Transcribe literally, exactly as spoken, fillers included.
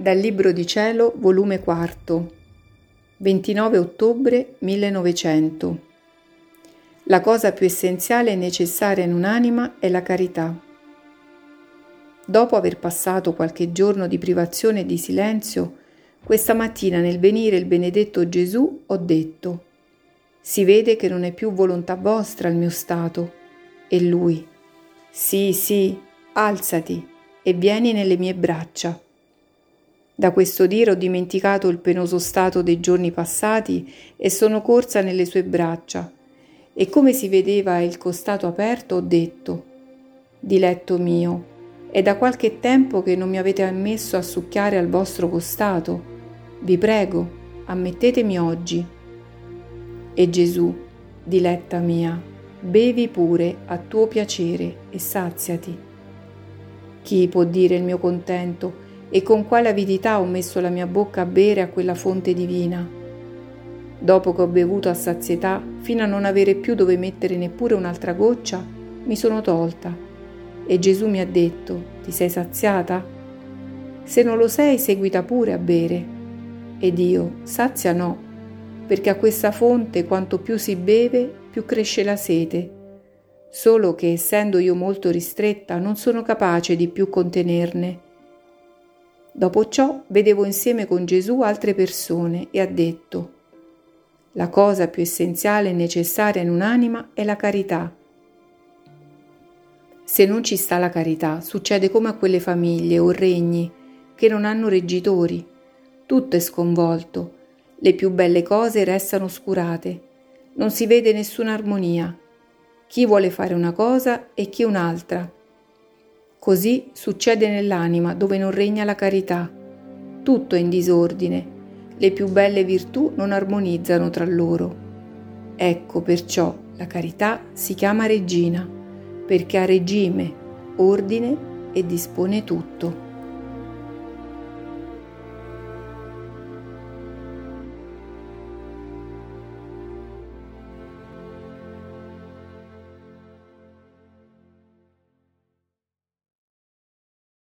Dal Libro di Cielo, volume quarto, ventinove ottobre millenovecento. La cosa più essenziale e necessaria in un'anima è la carità. Dopo aver passato qualche giorno di privazione e di silenzio, questa mattina nel venire il benedetto Gesù ho detto: si vede che non è più volontà vostra il mio stato. E lui: sì, sì, alzati e vieni nelle mie braccia. Da questo dire ho dimenticato il penoso stato dei giorni passati e sono corsa nelle sue braccia, e come si vedeva il costato aperto ho detto: diletto mio, è da qualche tempo che non mi avete ammesso a succhiare al vostro costato. Vi prego, ammettetemi oggi. E Gesù: diletta mia, bevi pure a tuo piacere e saziati. Chi può dire il mio contento e con quale avidità ho messo la mia bocca a bere a quella fonte divina? Dopo che ho bevuto a sazietà, fino a non avere più dove mettere neppure un'altra goccia, mi sono tolta. E Gesù mi ha detto: ti sei saziata? Se non lo sei, seguita pure a bere. Ed io: sazia no, perché a questa fonte quanto più si beve, più cresce la sete. Solo che, essendo io molto ristretta, non sono capace di più contenerne. Dopo ciò vedevo insieme con Gesù altre persone e ha detto: la cosa più essenziale e necessaria in un'anima è la carità. Se non ci sta la carità, succede come a quelle famiglie o regni che non hanno reggitori. Tutto è sconvolto, le più belle cose restano oscurate, non si vede nessuna armonia. Chi vuole fare una cosa e chi un'altra. Così succede nell'anima dove non regna la carità. Tutto è in disordine, le più belle virtù non armonizzano tra loro. Ecco perciò la carità si chiama regina, perché ha regime, ordine e dispone tutto.